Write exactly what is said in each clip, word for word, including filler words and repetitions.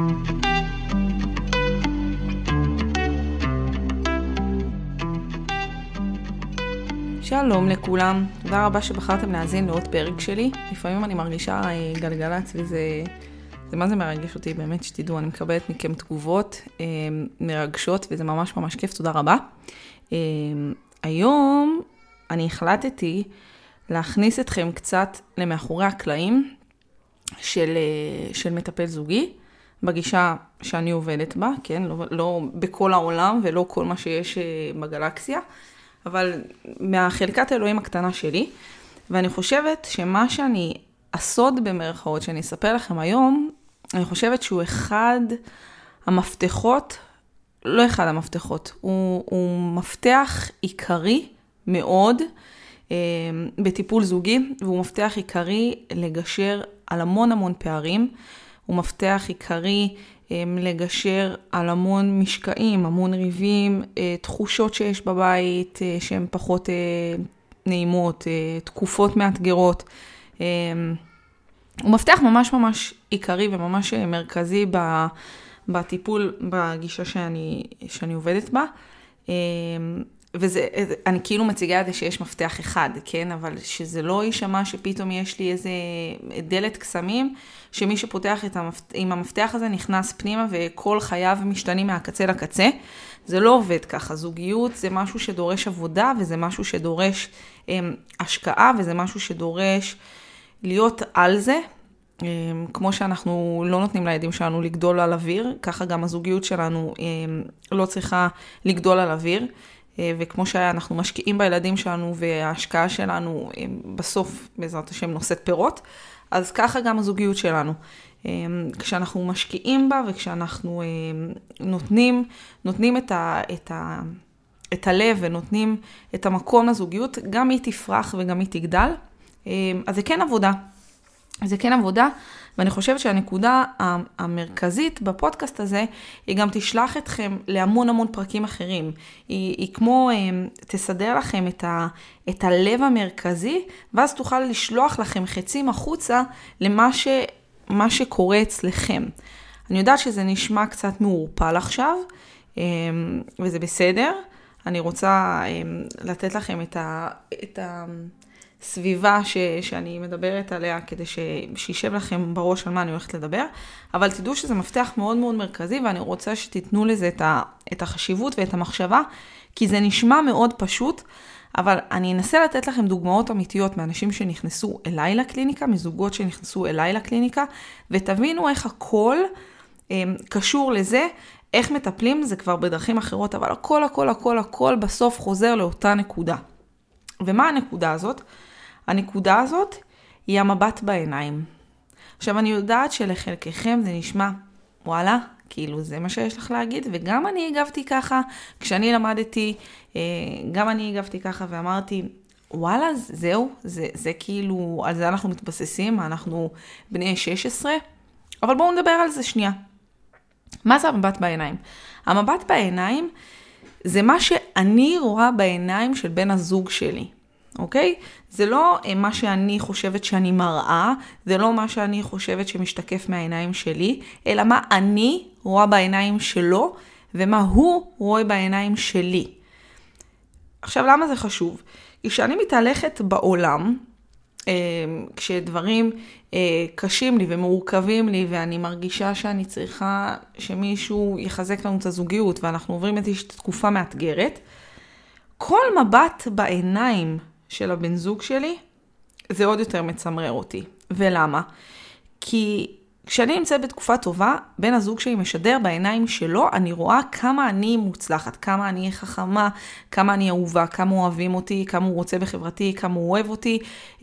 שלום לכולם, תודה רבה שבחרתם להאזין לעוד פרק שלי. לפעמים אני מרגישה גלגלץ וזה זה מה זה מרגש אותי, באמת שתדעו, אני מקבלת מכם תגובות מרגשות וזה ממש ממש כיף, תודה רבה. היום אני החלטתי להכניס אתכם קצת למאחורי הקלעים של, של מטפל זוגי, בגישה שאני עובדת בה, כן? לא, לא בכל העולם ולא כל מה שיש בגלקסיה, אבל מהחלקת אלוהים הקטנה שלי, ואני חושבת שמה שאני הסוד במרכאות שאני אספר לכם היום, אני חושבת שהוא אחד המפתחות, לא אחד המפתחות, הוא, הוא מפתח עיקרי מאוד אה, בטיפול זוגי, והוא מפתח עיקרי לגשר על המון המון פערים, הוא מפתח עיקרי אה, לגשר על המון משקעים, המון ריבים, אה, תחושות שיש בבית, אה, שהן פחות אה, נעימות, אה, תקופות מאתגרות, אה, הוא מפתח ממש ממש עיקרי וממש מרכזי בטיפול, בגישה שאני, שאני עובדת בה. וזה, אני כאילו מציגה את זה שיש מפתח אחד, כן? אבל שזה לא יישמע שפתאום יש לי איזה דלת קסמים, שמי שפותח את המפתח, עם המפתח הזה נכנס פנימה וכל חייו משתנים מהקצה לקצה. זה לא עובד ככה. זוגיות זה משהו שדורש עבודה, וזה משהו שדורש הם, השקעה, וזה משהו שדורש להיות על זה, כמו שאנחנו לא נותנים לילדים שלנו לגדול על אוויר, ככה גם הזוגיות שלנו לא צריכה לגדול על אוויר, וכמו שאנחנו משקיעים בילדים שלנו וההשקעה שלנו בסוף בעזרת השם נושאת פירות, אז ככה גם הזוגיות שלנו. כשאנחנו משקיעים בה וכשאנחנו נותנים, נותנים את ה, את ה, את הלב ונותנים את המקום לזוגיות, גם היא תפרח וגם היא תגדל. אז זה כן עבודה. זה כן עבודה, ואני חושבת שהנקודה המרכזית בפודקאסט הזה, היא גם תשלח אתכם להמון המון פרקים אחרים. היא, היא כמו תסדר לכם את, ה, את הלב המרכזי, ואז תוכל לשלוח לכם חצים החוצה למה ש, מה שקורה אצלכם. אני יודעת שזה נשמע קצת מעורפל עכשיו, וזה בסדר. אני רוצה לתת לכם את ה... את ה סביבה ש, שאני מדברת עליה כדי ש, שישב לכם בראש על מה אני הולכת לדבר, אבל תדעו שזה מפתח מאוד מאוד מרכזי, ואני רוצה שתיתנו לזה את, ה, את החשיבות ואת המחשבה, כי זה נשמע מאוד פשוט, אבל אני אנסה לתת לכם דוגמאות אמיתיות מאנשים שנכנסו אליי לקליניקה, מזוגות שנכנסו אליי לקליניקה, ותבינו איך הכל הם, קשור לזה, איך מטפלים, זה כבר בדרכים אחרות, אבל הכל הכל הכל הכל בסוף חוזר לאותה נקודה. ומה הנקודה הזאת? הנקודה הזאת היא המבט בעיניים. עכשיו אני יודעת שלחלקכם זה נשמע, וואלה, כאילו זה מה שיש לך להגיד, וגם אני הגבתי ככה, כשאני למדתי, גם אני הגבתי ככה ואמרתי, וואלה, זהו, זה, זה כאילו, על זה אנחנו מתבססים, אנחנו בני שש עשרה, אבל בואו נדבר על זה שנייה. מה זה המבט בעיניים? המבט בעיניים זה מה שאני רואה בעיניים של בן הזוג שלי, אוקיי? זה לא מה שאני חושבת שאני מראה, זה לא מה שאני חושבת שמשתקף מהעיניים שלי, אלא מה אני רואה בעיניים שלו, ומה הוא רואה בעיניים שלי. עכשיו, למה זה חשוב? כי כשאני מתהלכת בעולם, כשדברים קשים לי ומורכבים לי, ואני מרגישה שאני צריכה שמישהו יחזק לנו את הזוגיות, ואנחנו עוברים איזושהי תקופה מאתגרת, כל מבט בעיניים של הבן זוג שלי, זה עוד יותר מצמרר אותי. ולמה? כי כשאני נמצאת בתקופה טובה, בן הזוג שלי משדר בעיניים שלו, אני רואה כמה אני מוצלחת, כמה אני חכמה, כמה אני אהובה, כמה אוהבים אותי, כמה הוא רוצה בחברתי, כמה הוא אוהב אותי,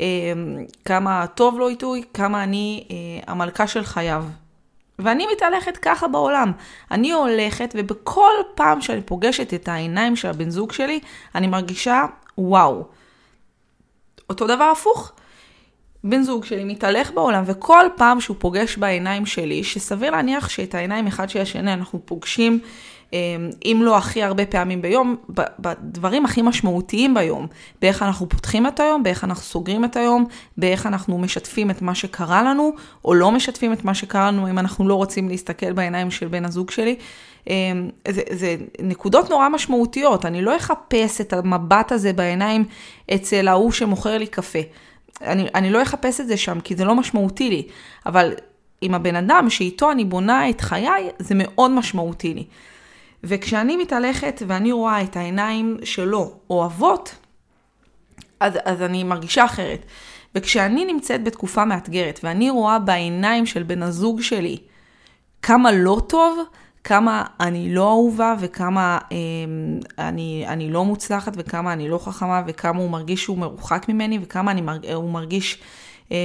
כמה טוב לו איתו, כמה אני המלכה של חייו. ואני מתהלכת ככה בעולם. אני הולכת, ובכל פעם שאני פוגשת את העיניים של הבן זוג שלי, אני מרגישה, וואו. אותו דבר הפוך. בן זוג שלי מתהלך בעולם, וכל פעם שהוא פוגש בעיניים שלי, שסביר להניח שאת העיניים אחד של השני אנחנו פוגשים, אם לא הכי הרבה פעמים ביום, בדברים הכי משמעותיים ביום, באיך אנחנו פותחים את היום, באיך אנחנו סוגרים את היום, באיך אנחנו משתפים את מה שקרה לנו, או לא משתפים את מה שקרה לנו, אם אנחנו לא רוצים להסתכל בעיניים של בן הזוג שלי. זה, זה נקודות נורא משמעותיות, אני לא אחפש את המבט הזה בעיניים אצל ההוא שמוכר לי קפה. אני, אני לא אחפש את זה שם, כי זה לא משמעותי לי, אבל עם הבן אדם שאיתו אני בונה את חיי, זה מאוד משמעותי לי. וכשאני מתהלכת ואני רואה את העיניים שלו אוהבות, אז, אז אני מרגישה אחרת. וכשאני נמצאת בתקופה מאתגרת, ואני רואה בעיניים של בן הזוג שלי כמה לא טוב, כמה אני לא אהובה, וכמה אה, אני, אני לא מוצלחת, וכמה אני לא חכמה, וכמה הוא מרגיש שהוא מרוחק ממני, וכמה אני מרג, הוא מרגיש אה,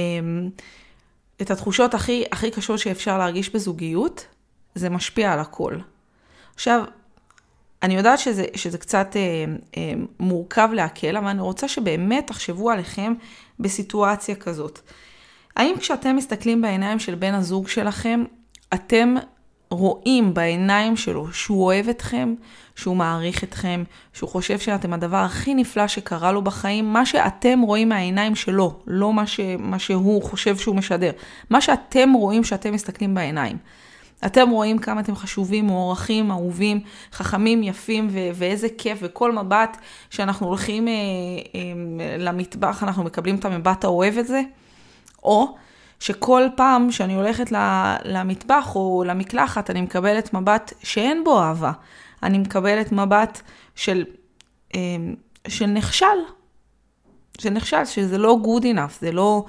את התחושות הכי, הכי קשות שאפשר להרגיש בזוגיות, זה משפיע על הכל. עכשיו, אני יודעת שזה, שזה קצת אה, אה, מורכב להקל, אבל אני רוצה שבאמת תחשבו עליכם בסיטואציה כזאת. האם כשאתם מסתכלים בעיניים של בן הזוג שלכם, אתם רואים בעיניים שלו שהוא אוהב אתכם, שהוא מעריך אתכם, שהוא חושב שאתם הדבר הכי נפלא שקרה לו בחיים, מה שאתם רואים מהעיניים שלו, לא מה, ש, מה שהוא חושב שהוא משדר, מה שאתם רואים שאתם מסתכלים בעיניים. אתם רואים כמה אתם חשובים, מוערכים, אהובים, חכמים, יפים, ו- ואיזה כיף, וכל מבט שאנחנו הולכים אה, אה, למטבח, אנחנו מקבלים את המבט האוהב הזה, או שכל פעם שאני הולכת למטבח או למקלחת, אני מקבלת מבט שאין בו אהבה. אני מקבלת מבט של, של נכשל. של נכשל, שזה לא good enough, זה לא,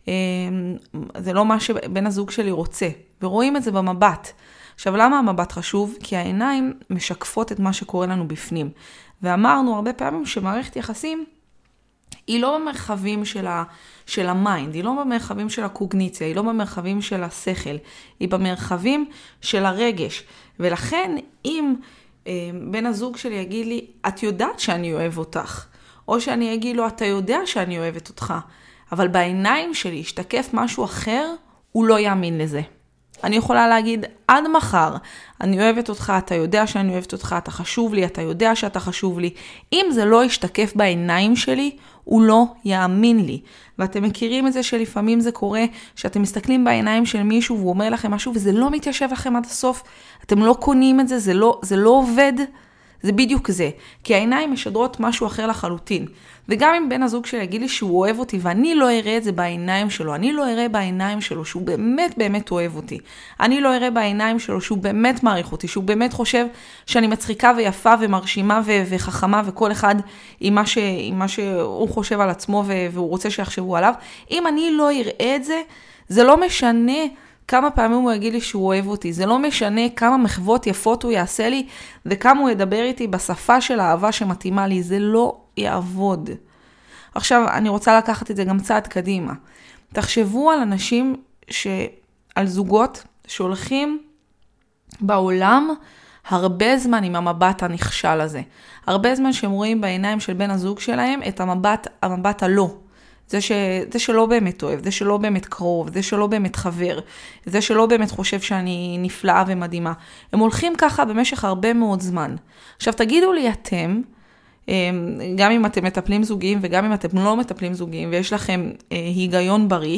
זה לא מה שבן הזוג שלי רוצה. ורואים את זה במבט. עכשיו, למה המבט חשוב? כי העיניים משקפות את מה שקורה לנו בפנים. ואמרנו הרבה פעמים שמערכת יחסים, היא לא במרחבים של, ה, של המיינד, היא לא במרחבים של הקוגניציה, היא לא במרחבים של השכל, היא במרחבים של הרגש. ולכן, אם אה, בן הזוג שלי יגיד לי, את יודעת שאני אוהב אותך, או שאני אגיד לו, אתה יודע שאני אוהבת אותך, אבל בעיניים שלי ישתקף משהו אחר, הוא לא יאמין לזה. אני יכולה להגיד, עד מחר, אני אוהבת אותך, אתה יודע שאני אוהבת אותך, אתה חשוב לי, אתה יודע שאתה חשוב לי. אם זה לא ישתקף בעיניים שלי, הוא לא יאמין לי. ואתם מכירים את זה שלפעמים זה קורה, שאתם מסתכלים בעיניים של מישהו, והוא אומר לכם משהו, וזה לא מתיישב לכם עד הסוף. אתם לא קונים את זה, זה לא, זה לא עובד. זה בדיוק זה. כי העיניים משדרות משהו אחר לחלוטין. וגם אם בן הזוג שלי יגיד לי שהוא אוהב אותי, ואני לא אראה את זה בעיניים שלו, אני לא אראה בעיניים שלו שהוא באמת באמת אוהב אותי. אני לא אראה בעיניים שלו שהוא באמת מעריך אותי, שהוא באמת חושב שאני מצחיקה ויפה ומרשימה ו- וחכמה, וכל אחד עם מה, ש- עם מה שהוא חושב על עצמו ו- והוא רוצה שיחשבו עליו. אם אני לא אראה את זה, זה לא משנה כמה פעמים הוא יגיד לי שהוא אוהב אותי. זה לא משנה כמה מחוות יפות הוא יעשה לי, וכמה הוא ידבר איתי בשפה של האהבה שמתאימה לי. זה לא יעבוד. עכשיו, אני רוצה לקחת את זה גם צעד קדימה. תחשבו על אנשים, ש... על זוגות שהולכים בעולם הרבה זמן עם המבט הנכשל הזה. הרבה זמן שהם רואים בעיניים של בן הזוג שלהם את המבט, המבט הלא. זה, ש... זה שלא באמת אוהב, זה שלא באמת קרוב, זה שלא באמת חבר, זה שלא באמת חושב שאני נפלאה ומדהימה. הם הולכים ככה במשך הרבה מאוד זמן. עכשיו תגידו לי אתם, גם אם אתם מטפלים זוגיים וגם אם אתם לא מטפלים זוגיים ויש לכם היגיון בריא,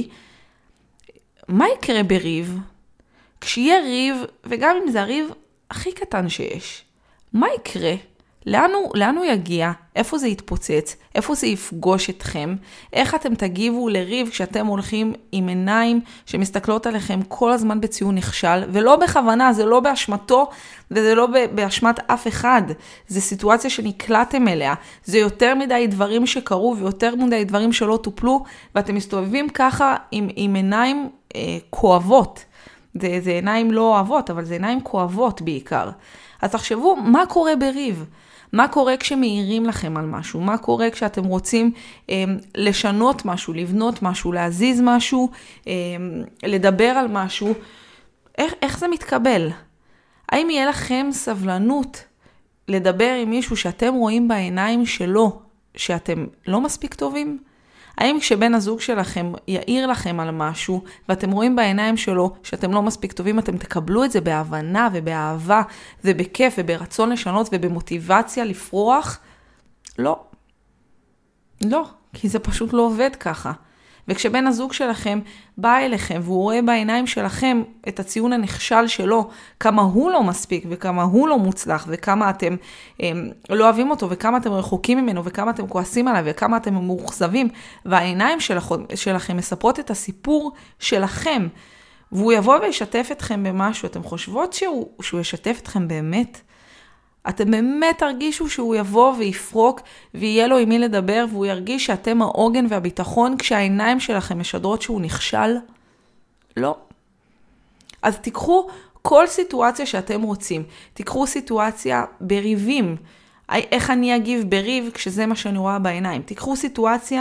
מה יקרה בריב? כשיהיה ריב, וגם אם זה הריב הכי קטן שיש, מה יקרה? לאן הוא, לאן הוא יגיע? איפה זה יתפוצץ? איפה זה יפגוש אתכם? איך אתם תגיבו לריב כשאתם הולכים עם עיניים שמסתכלות עליכם כל הזמן בציון נכשל, ולא בכוונה, זה לא באשמתו וזה לא באשמת אף אחד. זה סיטואציה שנקלעתם אליה. זה יותר מדי דברים שקרו ויותר מדי דברים שלא טופלו, ואתם מסתובבים ככה עם, עם עיניים אה, כואבות. זה, זה עיניים לא אוהבות, אבל זה עיניים כואבות בעיקר. אז תחשבו מה קורה בריב. מה קורה כשמאירים לכם על משהו? מה קורה כשאתם רוצים אה, לשנות משהו, לבנות משהו, להזיז משהו, אה, לדבר על משהו? איך, איך זה מתקבל? האם יהיה לכם סבלנות לדבר עם מישהו שאתם רואים בעיניים שלו, שאתם לא מספיק טובים? האם כשבן הזוג שלכם יעיר לכם על משהו, ואתם רואים בעיניים שלו שאתם לא מספיק טובים, אתם תקבלו את זה בהבנה ובאהבה ובכיף וברצון לשנות ובמוטיבציה לפרוח? לא. לא, כי זה פשוט לא עובד ככה. וכשבן הזוג שלכם בא אליכם והוא רואה בעיניים שלכם את הציון הנכשל שלו, כמה הוא לא מספיק וכמה הוא לא מוצלח וכמה אתם הם, לא אוהבים אותו וכמה אתם רחוקים ממנו וכמה אתם כועסים עליו וכמה אתם מאוכזבים, והעיניים שלכם, שלכם מספרות את הסיפור שלכם, והוא יבוא וישתף אתכם במשהו, אתם חושבות שהוא, שהוא ישתף אתכם באמת? אתם באמת תרגישו שהוא יבוא ויפרוק ויהיה לו עם מי לדבר, והוא ירגיש שאתם העוגן והביטחון כשהעיניים שלכם משדרות שהוא נכשל? לא. אז תיקחו כל סיטואציה שאתם רוצים. תיקחו סיטואציה בריבים. איך אני אגיב בריב כשזה מה שאני רואה בעיניים. תיקחו סיטואציה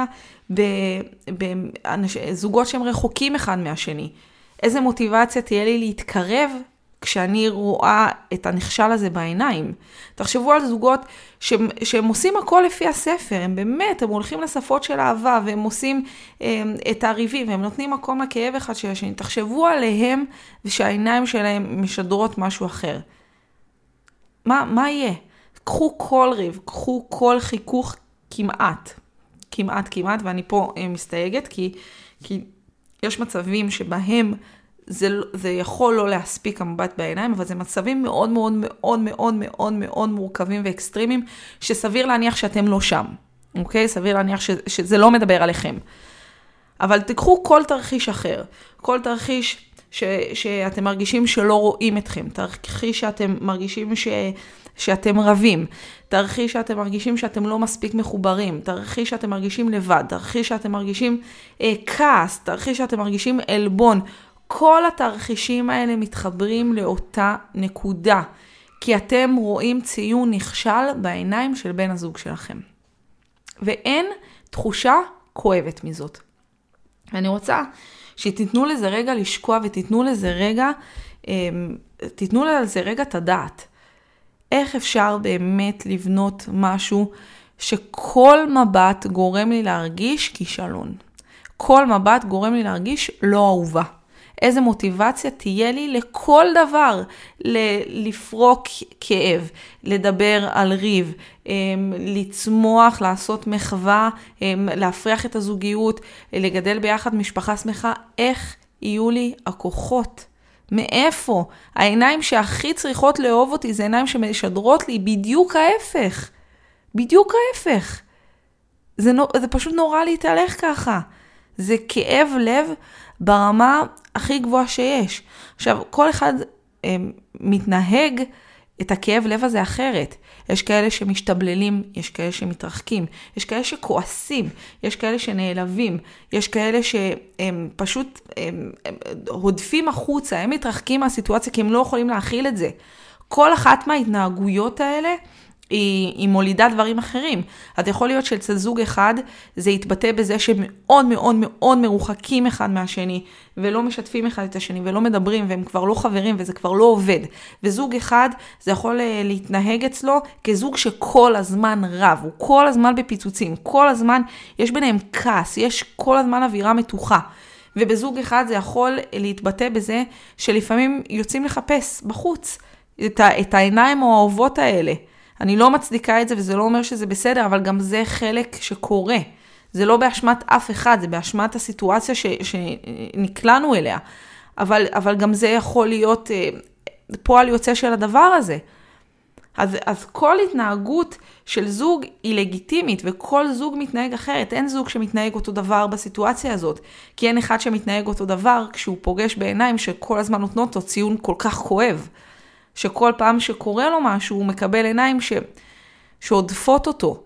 בזוגות שהם רחוקים אחד מהשני. איזה מוטיבציה תהיה לי להתקרב כשאני רואה את הנכשל הזה בעיניים. תחשבו על זוגות שהם, שהם עושים הכל לפי הספר, הם באמת, הם הולכים לשפות של אהבה, והם עושים הם, את הריבים, והם נותנים מקום לכאב אחד של השני. תחשבו עליהם, ושהעיניים שלהם משדרות משהו אחר. מה, מה יהיה? קחו כל ריב, קחו כל חיכוך כמעט, כמעט, כמעט, ואני פה מסתייגת, כי, כי יש מצבים שבהם זה, זה יכול לא להספיק המבט בעיניים, אבל זה מצבים מאוד מאוד מאוד מאוד מאוד מאוד מורכבים ואקסטרימיים, שסביר להניח שאתם לא שם, אוקיי? סביר להניח ש, שזה לא מדבר עליכם. אבל תקחו כל תרחיש אחר, כל תרחיש ש, שאתם מרגישים שלא רואים אתכם, תרחיש שאתם מרגישים ש, שאתם רבים, תרחיש שאתם מרגישים שאתם לא מספיק מחוברים, תרחיש שאתם מרגישים לבד, תרחיש שאתם מרגישים אה, כעס, תרחיש שאתם מרגישים אלבון, כל התרחישים האלה מתחברים לאותה נקודה, כי אתם רואים ציון נכשל בעיניים של בן הזוג שלכם. ואין תחושה כואבת מזאת. ואני רוצה שתיתנו לזה רגע לשקוע ותיתנו לזה רגע, תיתנו לזה רגע את הדעת. איך אפשר באמת לבנות משהו שכל מבט גורם לי להרגיש כישלון. כל מבט גורם לי להרגיש לא אהובה. איזה מוטיבציה תהיה לי לכל דבר, לפרוק כאב, לדבר על ריב, לצמוח, לעשות מחווה, להפריח את הזוגיות, לגדל ביחד משפחה שמחה. איך יהיו לי הכוחות? מאיפה? העיניים שהכי צריכות לאהוב אותי, זה עיניים שמשדרות לי בדיוק ההפך. בדיוק ההפך. זה, זה פשוט נורא להתהלך ככה. זה כאב לב ברמה הכי גבוהה שיש. עכשיו, כל אחד אה, מתנהג את הכאב לב הזה אחרת. יש כאלה שמשתבללים, יש כאלה שמתרחקים, יש כאלה שכועסים, יש כאלה שנעלבים, יש כאלה שהם פשוט הם, הם, הודפים החוצה, הם מתרחקים מהסיטואציה כי הם לא יכולים להכיל את זה. כל אחת מההתנהגויות האלה היא, היא מולידה דברים אחרים. אז יכול להיות שאצל זוג אחד זה יתבטא בזה שמאוד מאוד מאוד מרוחקים אחד מהשני, ולא משתפים אחד את השני, ולא מדברים, והם כבר לא חברים, וזה כבר לא עובד. וזוג אחד זה יכול להתנהג אצלו כזוג שכל הזמן רב, הוא כל הזמן בפיצוצים, כל הזמן יש ביניהם כעס, יש כל הזמן אווירה מתוחה. ובזוג אחד זה יכול להתבטא בזה שלפעמים יוצאים לחפש בחוץ את, את העיניים האהובות האלה. אני לא מצדיקה את זה וזה לא אומר שזה בסדר, אבל גם זה חלק שקורה. זה לא באשמת אף אחד, זה באשמת הסיטואציה ש, שנקלענו אליה. אבל, אבל גם זה יכול להיות אה, פועל יוצא של הדבר הזה. אז, אז כל התנהגות של זוג היא לגיטימית, וכל זוג מתנהג אחרת. אין זוג שמתנהג אותו דבר בסיטואציה הזאת. כי אין אחד שמתנהג אותו דבר כשהוא פוגש בעיניים שכל הזמן נותנות לו ציון כל כך כואב. שכל פעם שקורה לו משהו, הוא מקבל עיניים ש... שעודפות אותו.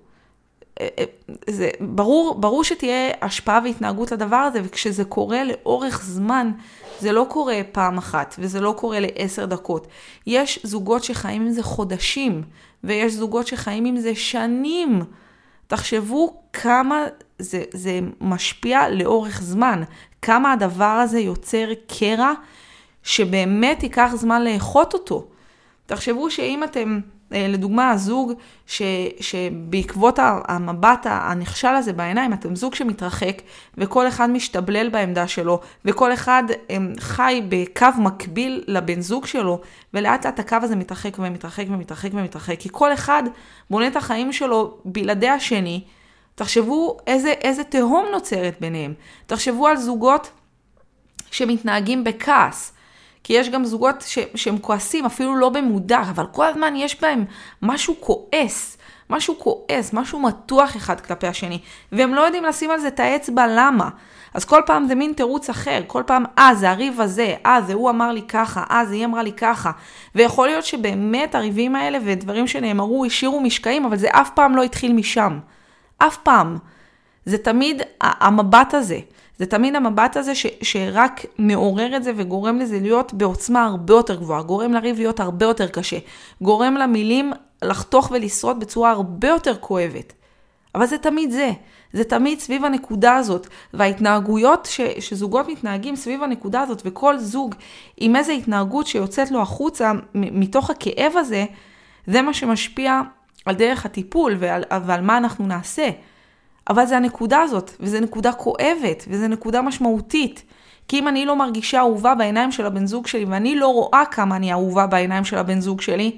זה, ברור, ברור שתהיה השפעה והתנהגות לדבר הזה, וכשזה קורה לאורך זמן, זה לא קורה פעם אחת, וזה לא קורה לעשר דקות. יש זוגות שחיים עם זה חודשים, ויש זוגות שחיים עם זה שנים. תחשבו כמה זה, זה משפיע לאורך זמן, כמה הדבר הזה יוצר קרע, שבאמת ייקח זמן לאחות אותו. תחשבו שאם אתם לדוגמה, הזוג ש, שבעקבות המבט הנכשל הזה בעיניים, אתם זוג שמתרחק, וכל אחד משתבלל בעמדה שלו, וכל אחד חי בקו מקביל לבן זוג שלו, ולאט לאט הקו הזה מתרחק ומתרחק ומתרחק ומתרחק, כי כל אחד בונה את החיים שלו בלעדי השני. תחשבו איזה, איזה תהום נוצרת ביניהם. תחשבו על זוגות שמתנהגים בכעס, כי יש גם זוגות ש, שהם כועסים, אפילו לא במודע, אבל כל הזמן יש בהם משהו כועס, משהו כועס, משהו מתוח אחד כלפי השני, והם לא יודעים לשים על זה את האצבע למה. אז כל פעם זה מין תירוץ אחר, כל פעם, אה, זה הריב הזה, אה, זה הוא אמר לי ככה, אה, זה היא אמרה לי ככה, ויכול להיות שבאמת הריבים האלה ודברים שנאמרו השאירו משקעים, אבל זה אף פעם לא התחיל משם. אף פעם. זה תמיד המבט הזה. זה תמיד המבט הזה ש, שרק מעורר את זה וגורם לזה להיות בעוצמה הרבה יותר גבוהה, גורם לריב להיות הרבה יותר קשה, גורם למילים לחתוך ולשרוד בצורה הרבה יותר כואבת. אבל זה תמיד זה, זה תמיד סביב הנקודה הזאת, וההתנהגויות ש, שזוגות מתנהגים סביב הנקודה הזאת, וכל זוג עם איזו התנהגות שיוצאת לו החוצה מתוך הכאב הזה, זה מה שמשפיע על דרך הטיפול ועל, ועל מה אנחנו נעשה. אבל זה הנקודה הזאת, וזה נקודה כואבת, וזה נקודה משמעותית. כי אם אני לא מרגישה אהובה בעיניים של הבן זוג שלי, ואני לא רואה כמה אני אהובה בעיניים של הבן זוג שלי,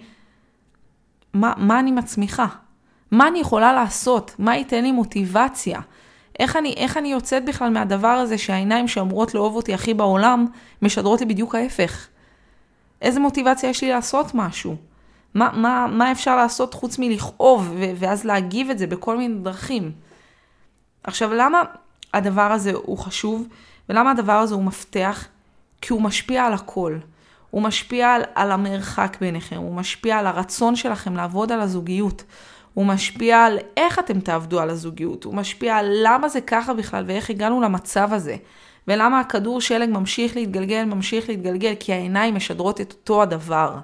מה, מה אני מצמיחה? מה אני יכולה לעשות? מה ייתן לי מוטיבציה? איך אני, איך אני יוצאת בכלל מהדבר הזה שהעיניים שאמורות לאהוב אותי הכי בעולם, משדרות לי בדיוק ההפך? איזה מוטיבציה יש לי לעשות משהו? מה, מה, מה אפשר לעשות חוץ מלכאוב, ו- ואז להגיב את זה בכל מיני דרכים? עכשיו, למה הדבר הזה הוא חשוב, ולמה הדבר הזה הוא מפתח? כי הוא משפיע על הכל. הוא משפיע על, על המרחק ביניכם, הוא משפיע על הרצון שלכם לעבוד על הזוגיות, הוא משפיע על איך אתם תעבדו על הזוגיות, הוא משפיע על למה זה ככה בכלל, ואיך הגענו למצב הזה, ולמה הכדור שלג ממשיך להתגלגל, ממשיך להתגלגל, כי העיניים משדרות את אותו הדבר.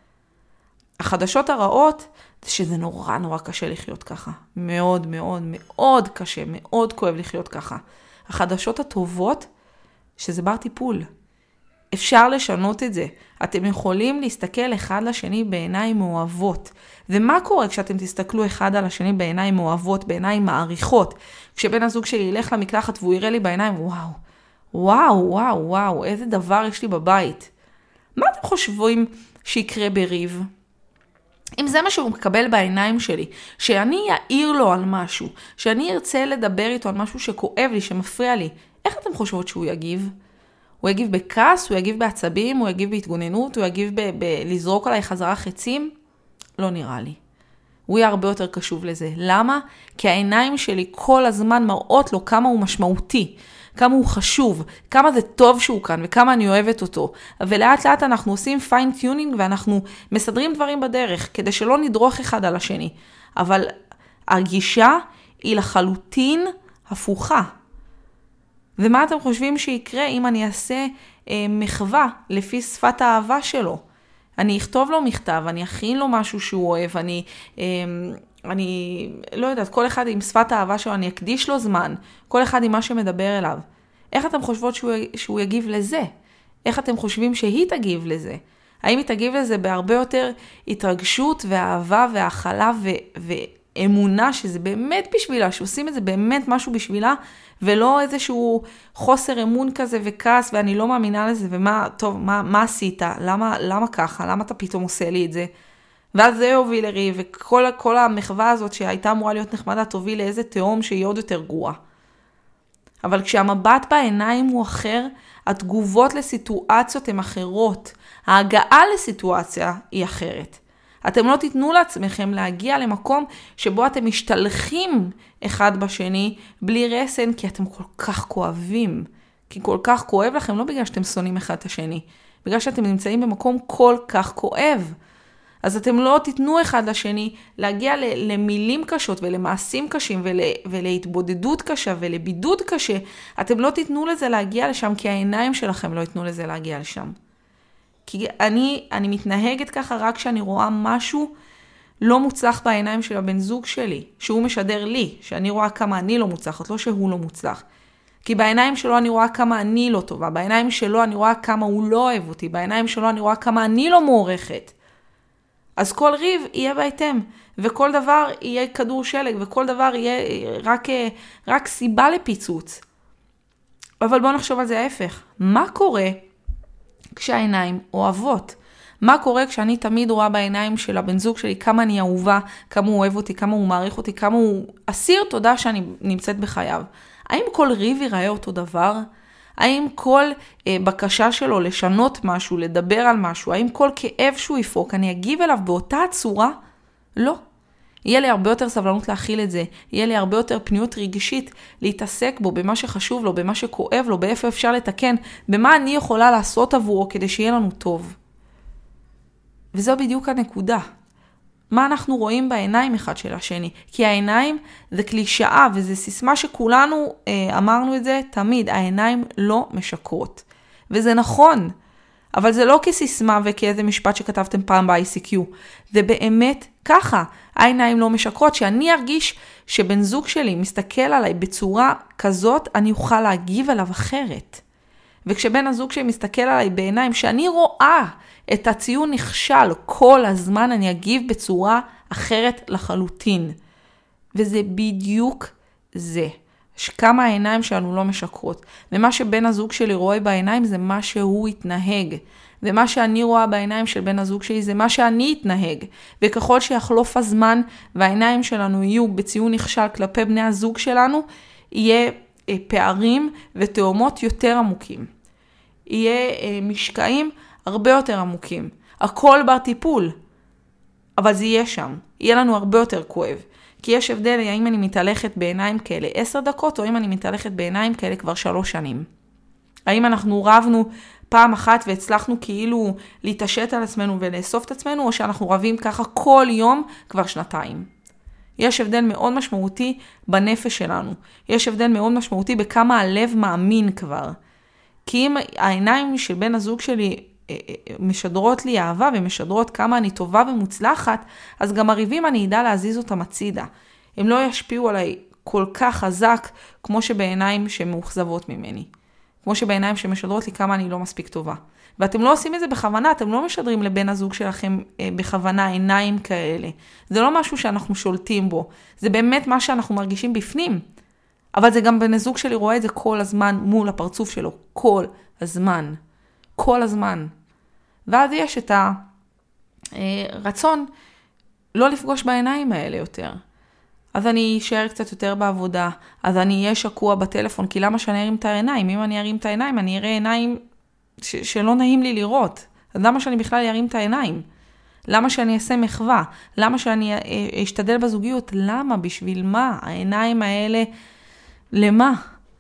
החדשות הרעות, זה שזה נורא נורא קשה לחיות ככה. מאוד מאוד מאוד קשה, מאוד כואב לחיות ככה. החדשות הטובות, שזה בר טיפול. אפשר לשנות את זה. אתם יכולים להסתכל אחד לשני בעיניים מאוהבות. ומה קורה כשאתם תסתכלו אחד על השני בעיניים מאוהבות, בעיניים מעריכות? כשבן הזוג שלי ילך למקלחת והוא יראה לי בעיניים, וואו, וואו, וואו, וואו, איזה דבר יש לי בבית. מה אתם חושבים שיקרה בריב? אם זה מה שהוא מקבל בעיניים שלי, שאני יעיר לו על משהו, שאני ארצה לדבר איתו על משהו שכואב לי, שמפריע לי, איך אתם חושבות שהוא יגיב? הוא יגיב בכעס, הוא יגיב בעצבים, הוא יגיב בהתגוננות, הוא יגיב בלזרוק עליי חזרה חצים? לא נראה לי. הוא יהיה הרבה יותר קשוב לזה. למה? כי העיניים שלי כל הזמן מראות לו כמה הוא משמעותי, כמה הוא חשוב, כמה זה טוב שהוא כאן וכמה אני אוהבת אותו. ולאט לאט אנחנו עושים פיין טיונינג ואנחנו מסדרים דברים בדרך כדי שלא נדרוך אחד על השני. אבל הגישה היא לחלוטין הפוכה. ומה אתם חושבים שיקרה אם אני אעשה אה, מחווה לפי שפת האהבה שלו? אני אכתוב לו מכתב, אני אכין לו משהו שהוא אוהב, אני, אה, אני לא יודעת, כל אחד עם שפת האהבה שלו, אני אקדיש לו זמן, כל אחד עם מה שמדבר אליו. איך אתם חושבות שהוא, שהוא יגיב לזה? איך אתם חושבים שהיא תגיב לזה? האם היא תגיב לזה בהרבה יותר התרגשות ואהבה והאכלה ו... ו אמונה שזה באמת בשבילה, שעושים את זה באמת משהו בשבילה, ולא איזשהו חוסר אמון כזה וכעס, ואני לא מאמינה לזה, ומה, טוב, מה, מה עשית? למה, למה ככה? למה אתה פתאום עושה לי את זה? ואז זה יוביל לריב, וכל כל המחווה הזאת שהייתה אמורה להיות נחמדה, תוביל לאיזה תהום שהיא עוד יותר גרועה. אבל כשהמבט בעיניים הוא אחר, התגובות לסיטואציות הן אחרות. ההגעה לסיטואציה היא אחרת. אתם לא תיתנו לעצמכם להגיע למקום שבו אתם משתלחים אחד בשני בלי רסן, כי אתם כל כך כואבים. כי כל כך כואב לכם, לא בגלל שאתם שונאים אחד את השני, בגלל שאתם נמצאים במקום כל כך כואב. אז אתם לא תיתנו אחד לשני להגיע למילים קשות ולמעשים קשים ול, ולהתבודדות קשה ולבידוד קשה. אתם לא תיתנו לזה להגיע לשם, כי העיניים שלכם לא ייתנו לזה להגיע לשם. כי אני, אני מתנהגת ככה רק כשאני רואה משהו לא מוצלח בעיניים של הבן זוג שלי, שהוא משדר לי, שאני רואה כמה אני לא מוצלחת, לא שהוא לא מוצלח. כי בעיניים שלו אני רואה כמה אני לא טובה, בעיניים שלו אני רואה כמה הוא לא אוהב אותי, בעיניים שלו אני רואה כמה אני לא מעורכת. אז כל ריב יהיה בהתאם, וכל דבר יהיה כדור שלג, וכל דבר יהיה רק, רק סיבה לפיצוץ. אבל בואו נחשוב על זה ההפך. מה קורה כשהעיניים אוהבות? מה קורה כשאני תמיד רואה בעיניים של הבן זוג שלי כמה אני אהובה, כמה הוא אוהב אותי, כמה הוא מעריך אותי, כמה הוא אסיר תודה שאני נמצאת בחייו? האם כל ריב ייראה אותו דבר? האם כל אה, בקשה שלו לשנות משהו, לדבר על משהו, האם כל כאב שהוא יפוק, אני אגיב אליו באותה הצורה? לא. יהיה לי הרבה יותר סבלנות להכיל את זה, יהיה לי הרבה יותר פניות רגשית להתעסק בו, במה שחשוב לו, במה שכואב לו, באיפה אפשר לתקן, במה אני יכולה לעשות עבורו כדי שיהיה לנו טוב. וזו בדיוק הנקודה. מה אנחנו רואים בעיניים אחד של השני? כי העיניים זה קלישאה, וזה סיסמה שכולנו אה, אמרנו את זה תמיד, העיניים לא משקרות. וזה נכון, אבל זה לא כסיסמה וכאיזה משפט שכתבתם פעם ב-איי סי קיו. זה באמת ככה, העיניים לא משקרות, שאני ארגיש שבן זוג שלי מסתכל עליי בצורה כזאת, אני אוכל להגיב עליו אחרת. וכשבן הזוג שלי מסתכל עליי בעיניים, שאני רואה את הציון נכשל כל הזמן, אני אגיב בצורה אחרת לחלוטין. וזה בדיוק זה. שכמה העיניים שלנו לא משקרות. ומה שבן הזוג שלי רואה בעיניים זה מה שהוא יתנהג. ומה שאני רואה בעיניים של בן הזוג שלי זה מה שאני יתנהג. וככל שיחלוף הזמן והעיניים שלנו יהיו בציון נכשל כלפי בני הזוג שלנו, יהיה פערים ותאומות יותר עמוקים. יהיה משקעים הרבה יותר עמוקים. הכל בר טיפול. אבל זה יהיה שם. יהיה לנו הרבה יותר כואב. כי יש הבדל האם אני מתהלכת בעיניים כאלה עשר דקות, או אם אני מתהלכת בעיניים כאלה כבר שלוש שנים. האם אנחנו רבנו פעם אחת והצלחנו כאילו להתעשת על עצמנו ולאסוף את עצמנו, או שאנחנו רבים ככה כל יום כבר שנתיים. יש הבדל מאוד משמעותי בנפש שלנו. יש הבדל מאוד משמעותי בכמה הלב מאמין כבר. כי אם העיניים של בן הזוג שלי משדרות לי אהבה ומשדרות כמה אני טובה ומוצלחת, אז גם הריבים אני ידע להזיז אותם הצידה. הם לא ישפיעו עליי כל כך חזק כמו שבעיניים שמאוכזבות ממני. כמו שבעיניים שמשדרות לי כמה אני לא מספיק טובה. ואתם לא עושים את זה בכוונה, אתם לא משדרים לבן הזוג שלכם בכוונה עיניים כאלה. זה לא משהו שאנחנו שולטים בו. זה באמת מה שאנחנו מרגישים בפנים. אבל זה גם בן הזוג שלי רואה את זה כל הזמן מול הפרצוף שלו. כל הזמן. כל הזמן. ואז יש את הרצון לא לפגוש בעיניים האלה יותר. אז אני אשאר קצת יותר בעבודה, אז אני אהיה שקוע בטלפון, כי למה שאני ארים את העיניים? אם אני ארים את העיניים, אני אראה עיניים ש- שלא נעים לי לראות. אז למה שאני בכלל ארים את העיניים? למה שאני אעשה מחווה? למה שאני אשתדל בזוגיות? למה? בשביל מה? העיניים האלה, למה?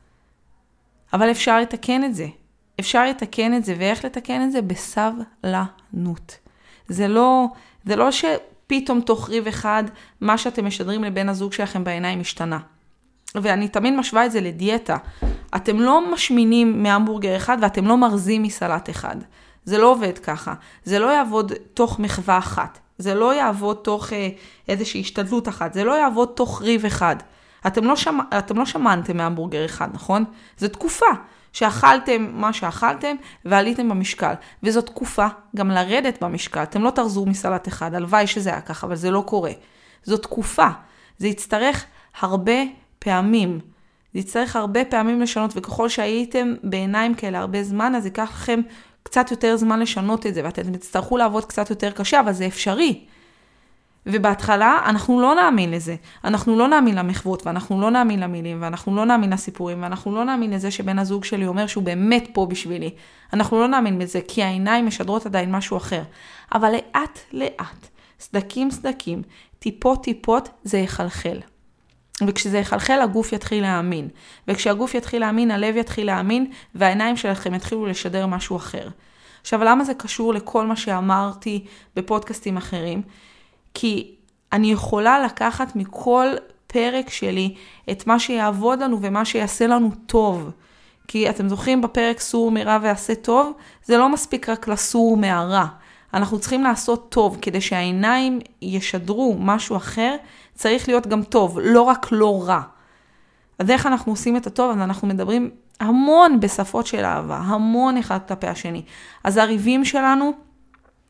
אבל אפשר לתקן את זה. אפשר לתקן את זה, ואיך לתקן את זה? בסבלנות. זה לא, זה לא שפתאום תוך ריב אחד, מה שאתם משדרים לבן הזוג שלכם בעיניים משתנה. ואני תמיד משווה את זה לדיאטה. אתם לא משמינים מהמבורגר אחד, ואתם לא מרזים מסלט אחד. זה לא עובד ככה. זה לא יעבוד תוך מחווה אחת. זה לא יעבוד תוך אה, איזושהי השתדלות אחת. זה לא יעבוד תוך ריב אחד. אתם לא, שמ... אתם לא שמנתם מהמבורגר אחד, נכון? זו תקופה. שאכלתם מה שאכלתם ועליתם במשקל. וזאת תקופה גם לרדת במשקל. אתם לא תרזו מסלט אחד, הלוואי שזה היה ככה, אבל זה לא קורה. זאת תקופה. זה יצטרך הרבה פעמים. זה יצטרך הרבה פעמים לשנות, וככל שהייתם בעיניים כאלה הרבה זמן, אז ייקח לכם קצת יותר זמן לשנות את זה, ואתם תצטרכו לעבוד קצת יותר קשה, אבל זה אפשרי. ובהתחלה אנחנו לא נאמין לזה. אנחנו לא נאמין למחוות, ואנחנו לא נאמין למילים, ואנחנו לא נאמין לסיפורים, ואנחנו לא נאמין לזה שבן הזוג שלי אומר שהוא באמת פה בשבילי. אנחנו לא נאמין בזה, כי העיניים משדרות עדיין משהו אחר. אבל לאט לאט, סדקים סדקים, טיפות טיפות, זה יחלחל. וכשזה יחלחל, הגוף יתחיל להאמין. וכשהגוף יתחיל להאמין, הלב יתחיל להאמין, והעיניים שלכם יתחילו לשדר משהו אחר. עכשיו, למה זה קשור לכל מה שאמרתי בפודקאסטים אחרים? כי אני יכולה לקחת מכל פרק שלי את מה שיעבוד לנו ומה שיעשה לנו טוב. כי אתם זוכרים בפרק סור מרע ועשה טוב? זה לא מספיק רק לסור מהרע. אנחנו צריכים לעשות טוב כדי שהעיניים ישדרו משהו אחר. צריך להיות גם טוב, לא רק לא רע. אז איך אנחנו עושים את הטוב? אז אנחנו מדברים המון בשפות של אהבה, המון אחד כלפי השני. אז הריבים שלנו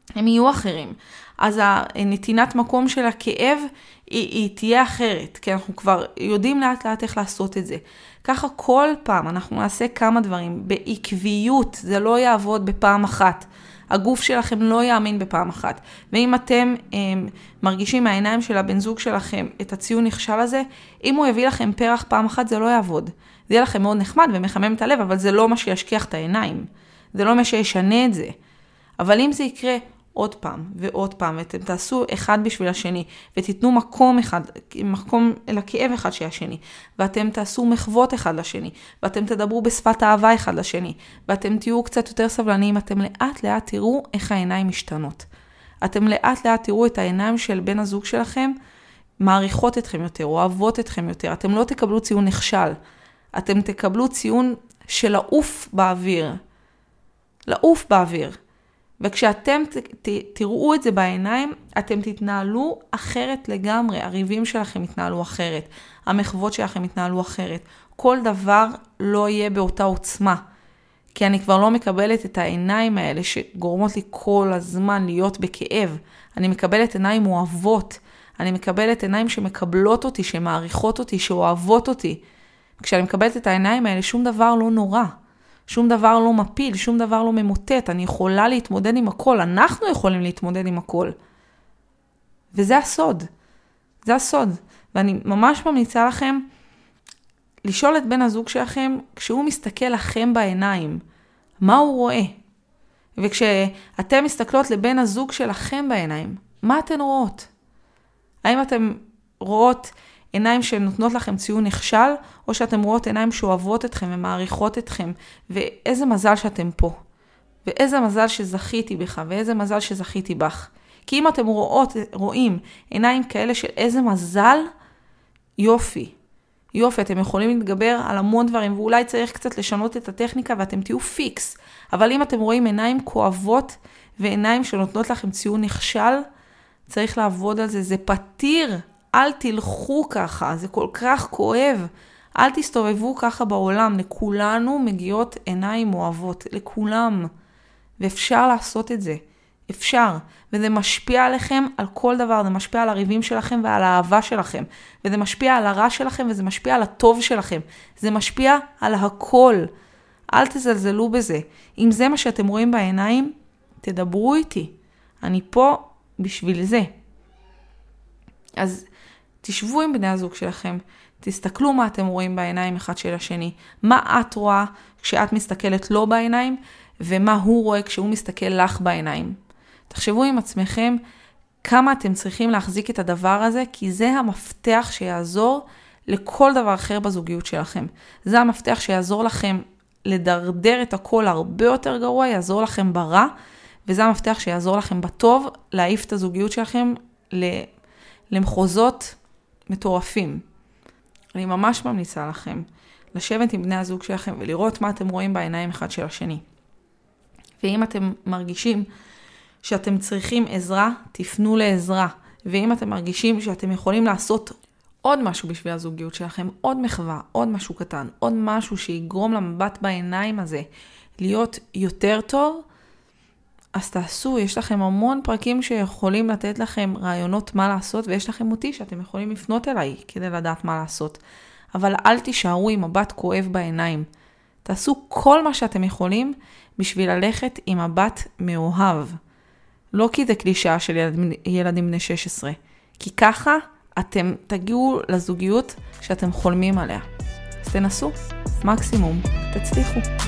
הם יהיו אחרים. אז הנתינת מקום של הכאב היא, היא תהיה אחרת, כי אנחנו כבר יודעים לאט לאט איך לעשות את זה. ככה כל פעם אנחנו נעשה כמה דברים בעקביות, זה לא יעבוד בפעם אחת. הגוף שלכם לא יאמין בפעם אחת. ואם אתם הם, מרגישים מהעיניים של הבן זוג שלכם את הציון נכשל הזה, אם הוא יביא לכם פרח פעם אחת זה לא יעבוד. זה יהיה לכם מאוד נחמד ומחמם את הלב, אבל זה לא מה שישכיח את העיניים. זה לא מה שישנה את זה. אבל אם זה יקרה עוד פעם ועוד פעם, ואתם תעשו אחד בשביל השני, ותיתנו מקום אחד, מקום לכאב אחד של השני, ואתם תעשו מחוות אחד לשני, ואתם תדברו בשפת אהבה אחד לשני, ואתם תהיו קצת יותר סבלניים, אתם לאט לאט תראו איך העיניים משתנות. אתם לאט לאט תראו את העיניים של בן הזוג שלכם, מעריכות אתכם יותר, אוהבות אתכם יותר. אתם לא תקבלו ציון נכשל, אתם תקבלו ציון של לעוף באוויר. לעוף באוויר. וכשאתם ת, ת, תראו את זה בעיניים, אתם תתנהלו אחרת לגמרי. הריבים שלכם יתנהלו אחרת. המחוות שלכם יתנהלו אחרת. כל דבר לא יהיה באותה עוצמה. כי אני כבר לא מקבלת את העיניים האלה שגורמות לי כל הזמן להיות בכאב. אני מקבלת עיניים אוהבות. אני מקבלת עיניים שמקבלות אותי, שמעריכות אותי, שאוהבות אותי. כשאני מקבלת את העיניים האלה, שום דבר לא נורא. שום דבר לא מפיל, שום דבר לא ממוטט. אני יכולה להתמודד עם הכל. אנחנו יכולים להתמודד עם הכל. וזה הסוד. זה הסוד. ואני ממש ממליצה לכם לשאול את בן הזוג שלכם, כשהוא מסתכל לכם בעיניים, מה הוא רואה? וכשאתם מסתכלות לבן הזוג שלכם בעיניים, מה אתן רואות? האם אתן רואות עיניים שנותנות לכם ציון נכשל, או שאתם רואות עיניים שאוהבות אתכם ומעריכות אתכם, ואיזה מזל שאתם פה, ואיזה מזל שזכיתי בך, ואיזה מזל שזכיתי בך. כי אם אתם רואות, רואים עיניים כאלה של איזה מזל, יופי. יופי, אתם יכולים להתגבר על המון דברים, ואולי צריך קצת לשנות את הטכניקה, ואתם תהיו פיקס. אבל אם אתם רואים עיניים כואבות, ועיניים שנותנות לכם ציון נכשל, צריך לעבוד על זה, זה פתיר. אל תלכו ככה, זה כל כך כואב. אל תסתובבו ככה בעולם. לכולנו מגיעות עיניים אוהבות, לכולם. ואפשר לעשות את זה. אפשר. וזה משפיע עליכם על כל דבר. זה משפיע על הריבים שלכם ועל האהבה שלכם. וזה משפיע על הרע שלכם וזה משפיע על הטוב שלכם. זה משפיע על הכל. אל תזלזלו בזה. אם זה מה שאתם רואים בעיניים, תדברו איתי. אני פה בשביל זה. אז תשבו עם בני הזוג שלכם, תסתכלו מה אתם רואים בעיניים אחד של השני, מה את רואה כשאת מסתכלת לו בעיניים, ומה הוא רואה כשהוא מסתכל לך בעיניים. תחשבו עם עצמכם כמה אתם צריכים להחזיק את הדבר הזה, כי זה המפתח שיעזור לכל דבר אחר בזוגיות שלכם. זה המפתח שיעזור לכם לדרדר את הכל הרבה יותר גרוע, יעזור לכם ברע, וזה המפתח שיעזור לכם בטוב, להעיף את הזוגיות שלכם למחוזות מטורפים. אני ממש ממליצה לכם לשבת עם בני הזוג שלכם ולראות מה אתם רואים בעיניים אחד של השני. ואם אתם מרגישים שאתם צריכים עזרה, תפנו לעזרה. ואם אתם מרגישים שאתם יכולים לעשות עוד משהו בשביל הזוגיות שלכם, עוד מחווה, עוד משהו קטן, עוד משהו שיגרום למבט בעיניים הזה להיות יותר טוב, אז תעשו. יש לכם המון פרקים שיכולים לתת לכם רעיונות מה לעשות, ויש לכם אותי שאתם יכולים לפנות אליי כדי לדעת מה לעשות. אבל אל תישארו עם מבט כואב בעיניים. תעשו כל מה שאתם יכולים בשביל ללכת עם מבט מאוהב. לא כי זה קלישאה של ילד, ילדים בני שש עשרה. כי ככה אתם תגיעו לזוגיות שאתם חולמים עליה. אז תנסו, מקסימום, תצליחו.